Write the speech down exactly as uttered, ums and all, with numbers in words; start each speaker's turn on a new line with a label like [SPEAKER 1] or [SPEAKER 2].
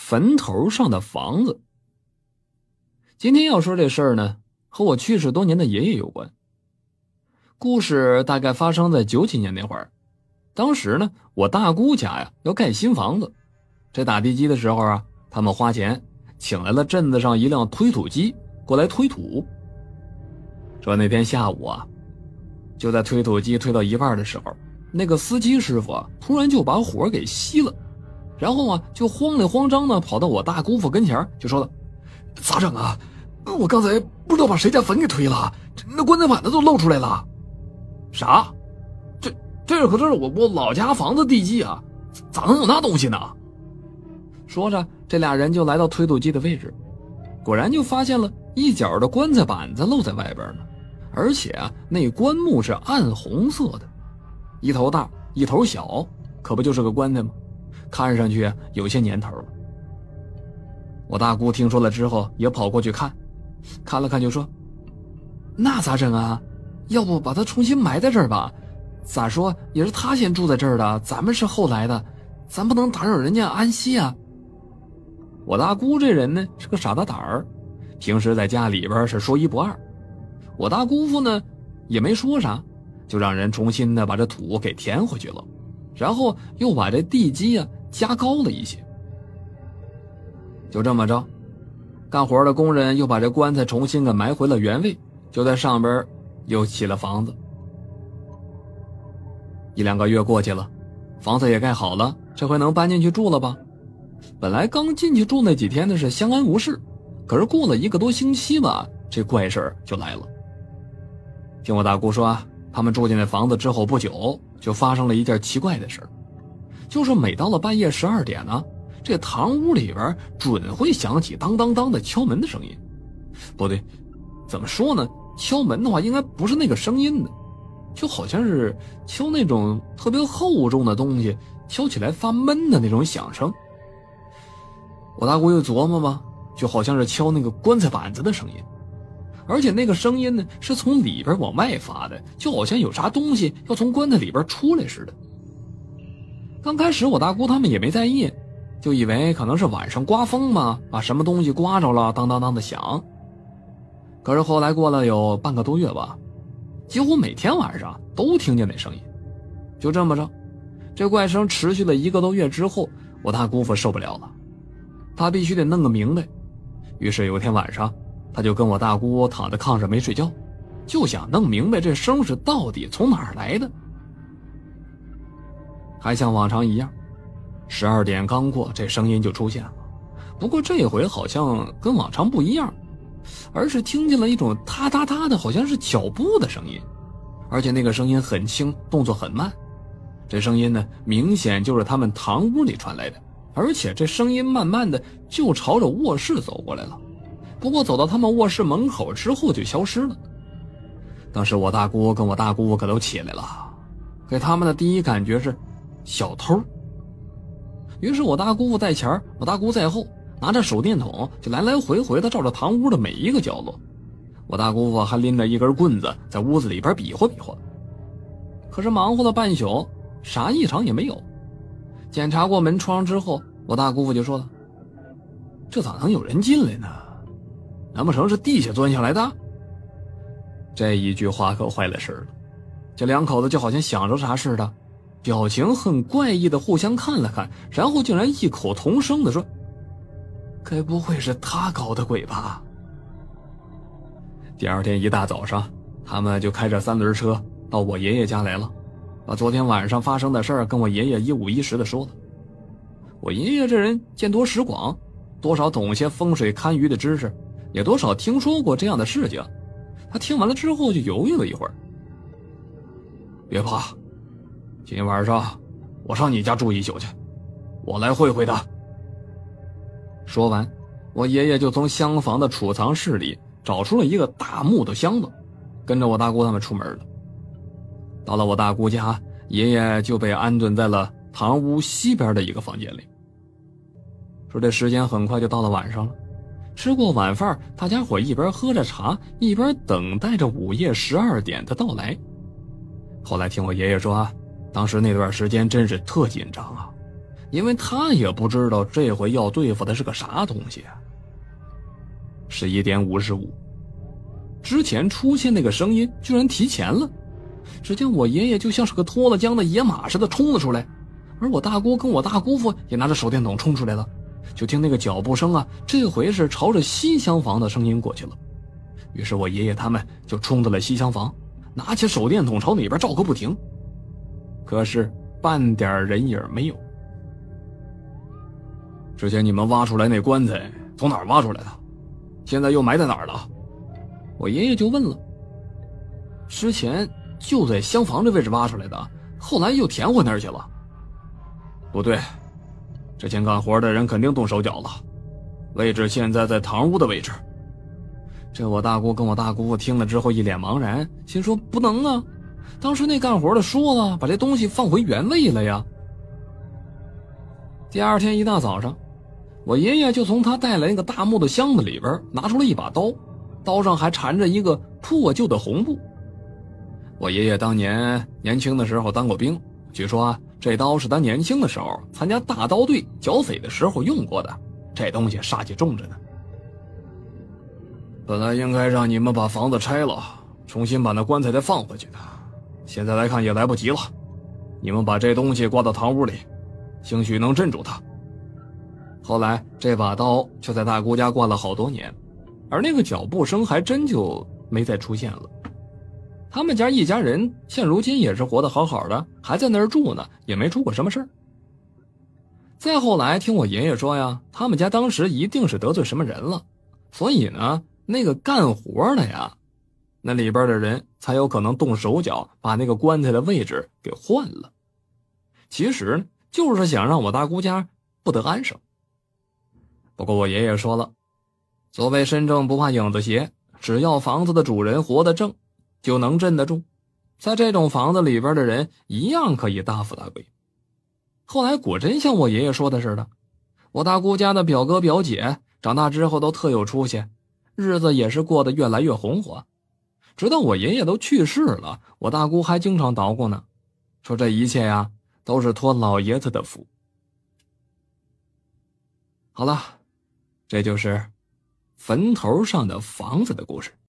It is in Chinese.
[SPEAKER 1] 坟头上的房子。今天要说这事儿呢，和我去世多年的爷爷有关。故事大概发生在九几年那会儿，当时呢，我大姑家呀要盖新房子，这打地基的时候啊，他们花钱请来了镇子上一辆推土机过来推土。说那天下午啊，就在推土机推到一半的时候，那个司机师傅啊，突然就把火给熄了，然后啊，就慌里慌张的跑到我大姑父跟前，就说了：“咋整啊？我刚才不知道把谁家坟给推了，那棺材板子都露出来了。”啥？这这可是我我老家房子地基啊，咋能有那东西呢？说着，这俩人就来到推土机的位置，果然就发现了一角的棺材板子露在外边呢，而且啊，那棺木是暗红色的，一头大一头小，可不就是个棺材吗？看上去有些年头了。我大姑听说了之后也跑过去看，看了看就说：“那咋整啊？要不把它重新埋在这儿吧？咋说也是他先住在这儿的，咱们是后来的，咱不能打扰人家安息啊。”我大姑这人呢是个傻大胆儿，平时在家里边是说一不二。我大姑父呢也没说啥，就让人重新的把这土给填回去了，然后又把这地基啊加高了一些。就这么着，干活的工人又把这棺材重新给埋回了原位，就在上边又起了房子。一两个月过去了，房子也盖好了，这回能搬进去住了吧？本来刚进去住那几天的是相安无事，可是过了一个多星期吧，这怪事儿就来了。听我大姑说啊，他们住进那房子之后不久，就发生了一件奇怪的事儿，就是每到了半夜十二点呢，这堂屋里边准会响起当当当的敲门的声音。不对，怎么说呢？敲门的话应该不是那个声音的，就好像是敲那种特别厚重的东西，敲起来发闷的那种响声。我大姑又琢磨嘛，就好像是敲那个棺材板子的声音，而且那个声音呢是从里边往外发的，就好像有啥东西要从棺材里边出来似的。刚开始我大姑他们也没在意，就以为可能是晚上刮风嘛，把什么东西刮着了，当当当的响。可是后来过了有半个多月吧，几乎每天晚上都听见那声音。就这么着，这怪声持续了一个多月之后，我大姑父受不了了，他必须得弄个明白。于是有一天晚上，他就跟我大姑躺在炕上没睡觉，就想弄明白这声是到底从哪儿来的。还像往常一样，十二点刚过，这声音就出现了。不过这回好像跟往常不一样，而是听见了一种嗒嗒嗒的，好像是脚步的声音，而且那个声音很轻，动作很慢。这声音呢，明显就是他们堂屋里传来的，而且这声音慢慢的就朝着卧室走过来了。不过走到他们卧室门口之后就消失了。当时我大姑跟我大姑可都起来了，给他们的第一感觉是小偷。于是我大姑父在前，我大姑在后，拿着手电筒就来来回回的照着堂屋的每一个角落。我大姑父还拎着一根棍子在屋子里边比划比划。可是忙活了半宿，啥异常也没有。检查过门窗之后，我大姑父就说了：“这咋能有人进来呢？难不成是地下钻下来的？”这一句话可坏了事了。这两口子就好像想着啥似的，表情很怪异的互相看了看，然后竟然异口同声的说：“该不会是他搞的鬼吧？”第二天一大早上，他们就开着三轮车到我爷爷家来了，把昨天晚上发生的事儿跟我爷爷一五一十的说了。我爷爷这人见多识广，多少懂些风水堪舆的知识，也多少听说过这样的事情。他听完了之后就犹豫了一会儿：“别怕，今晚上我上你家住一宿去，我来会会他。”说完，我爷爷就从厢房的储藏室里找出了一个大木头箱子，跟着我大姑他们出门了。到了我大姑家，爷爷就被安顿在了堂屋西边的一个房间里。说这时间很快就到了晚上了，吃过晚饭，大家伙一边喝着茶，一边等待着午夜十二点的到来。后来听我爷爷说啊，当时那段时间真是特紧张啊， 因为他也不知道这回要对付的是个啥东西啊。十一点五十五，之前出现那个声音居然提前了，只见我爷爷就像是个脱了缰的野马似的冲了出来，而我大姑跟我大姑父也拿着手电筒冲出来了。就听那个脚步声啊，这回是朝着西厢房的声音过去了。于是我爷爷他们就冲到了西厢房，拿起手电筒朝里边照个不停，可是半点人影没有。之前你们挖出来那棺材从哪儿挖出来的？现在又埋在哪儿了？我爷爷就问了。之前就在厢房这位置挖出来的，后来又填回那儿去了。不对，之前干活的人肯定动手脚了，位置现在在堂屋的位置。这我大姑跟我大姑父听了之后一脸茫然，心说不能啊，当时那干活的说了把这东西放回原位了呀。第二天一大早上，我爷爷就从他带来那个大木的箱子里边拿出了一把刀，刀上还缠着一个破旧的红布。我爷爷当年年轻的时候当过兵，据说啊，这刀是他年轻的时候参加大刀队剿匪的时候用过的，这东西煞气重着呢。本来应该让你们把房子拆了，重新把那棺材再放回去的，现在来看也来不及了。你们把这东西挂到堂屋里，兴许能镇住他。后来这把刀就在大姑家挂了好多年，而那个脚步声还真就没再出现了。他们家一家人现如今也是活得好好的，还在那儿住呢，也没出过什么事儿。再后来听我爷爷说呀，他们家当时一定是得罪什么人了，所以呢那个干活的呀，那里边的人才有可能动手脚把那个棺材的位置给换了。其实呢就是想让我大姑家不得安生。不过我爷爷说了，所谓身正不怕影子斜，只要房子的主人活得正，就能镇得住，在这种房子里边的人一样可以大富大贵。后来果真像我爷爷说的似的，我大姑家的表哥表姐长大之后都特有出息，日子也是过得越来越红火。直到我爷爷都去世了，我大姑还经常捣鼓呢，说这一切呀都是托老爷子的福。好了，这就是坟头上的房子的故事。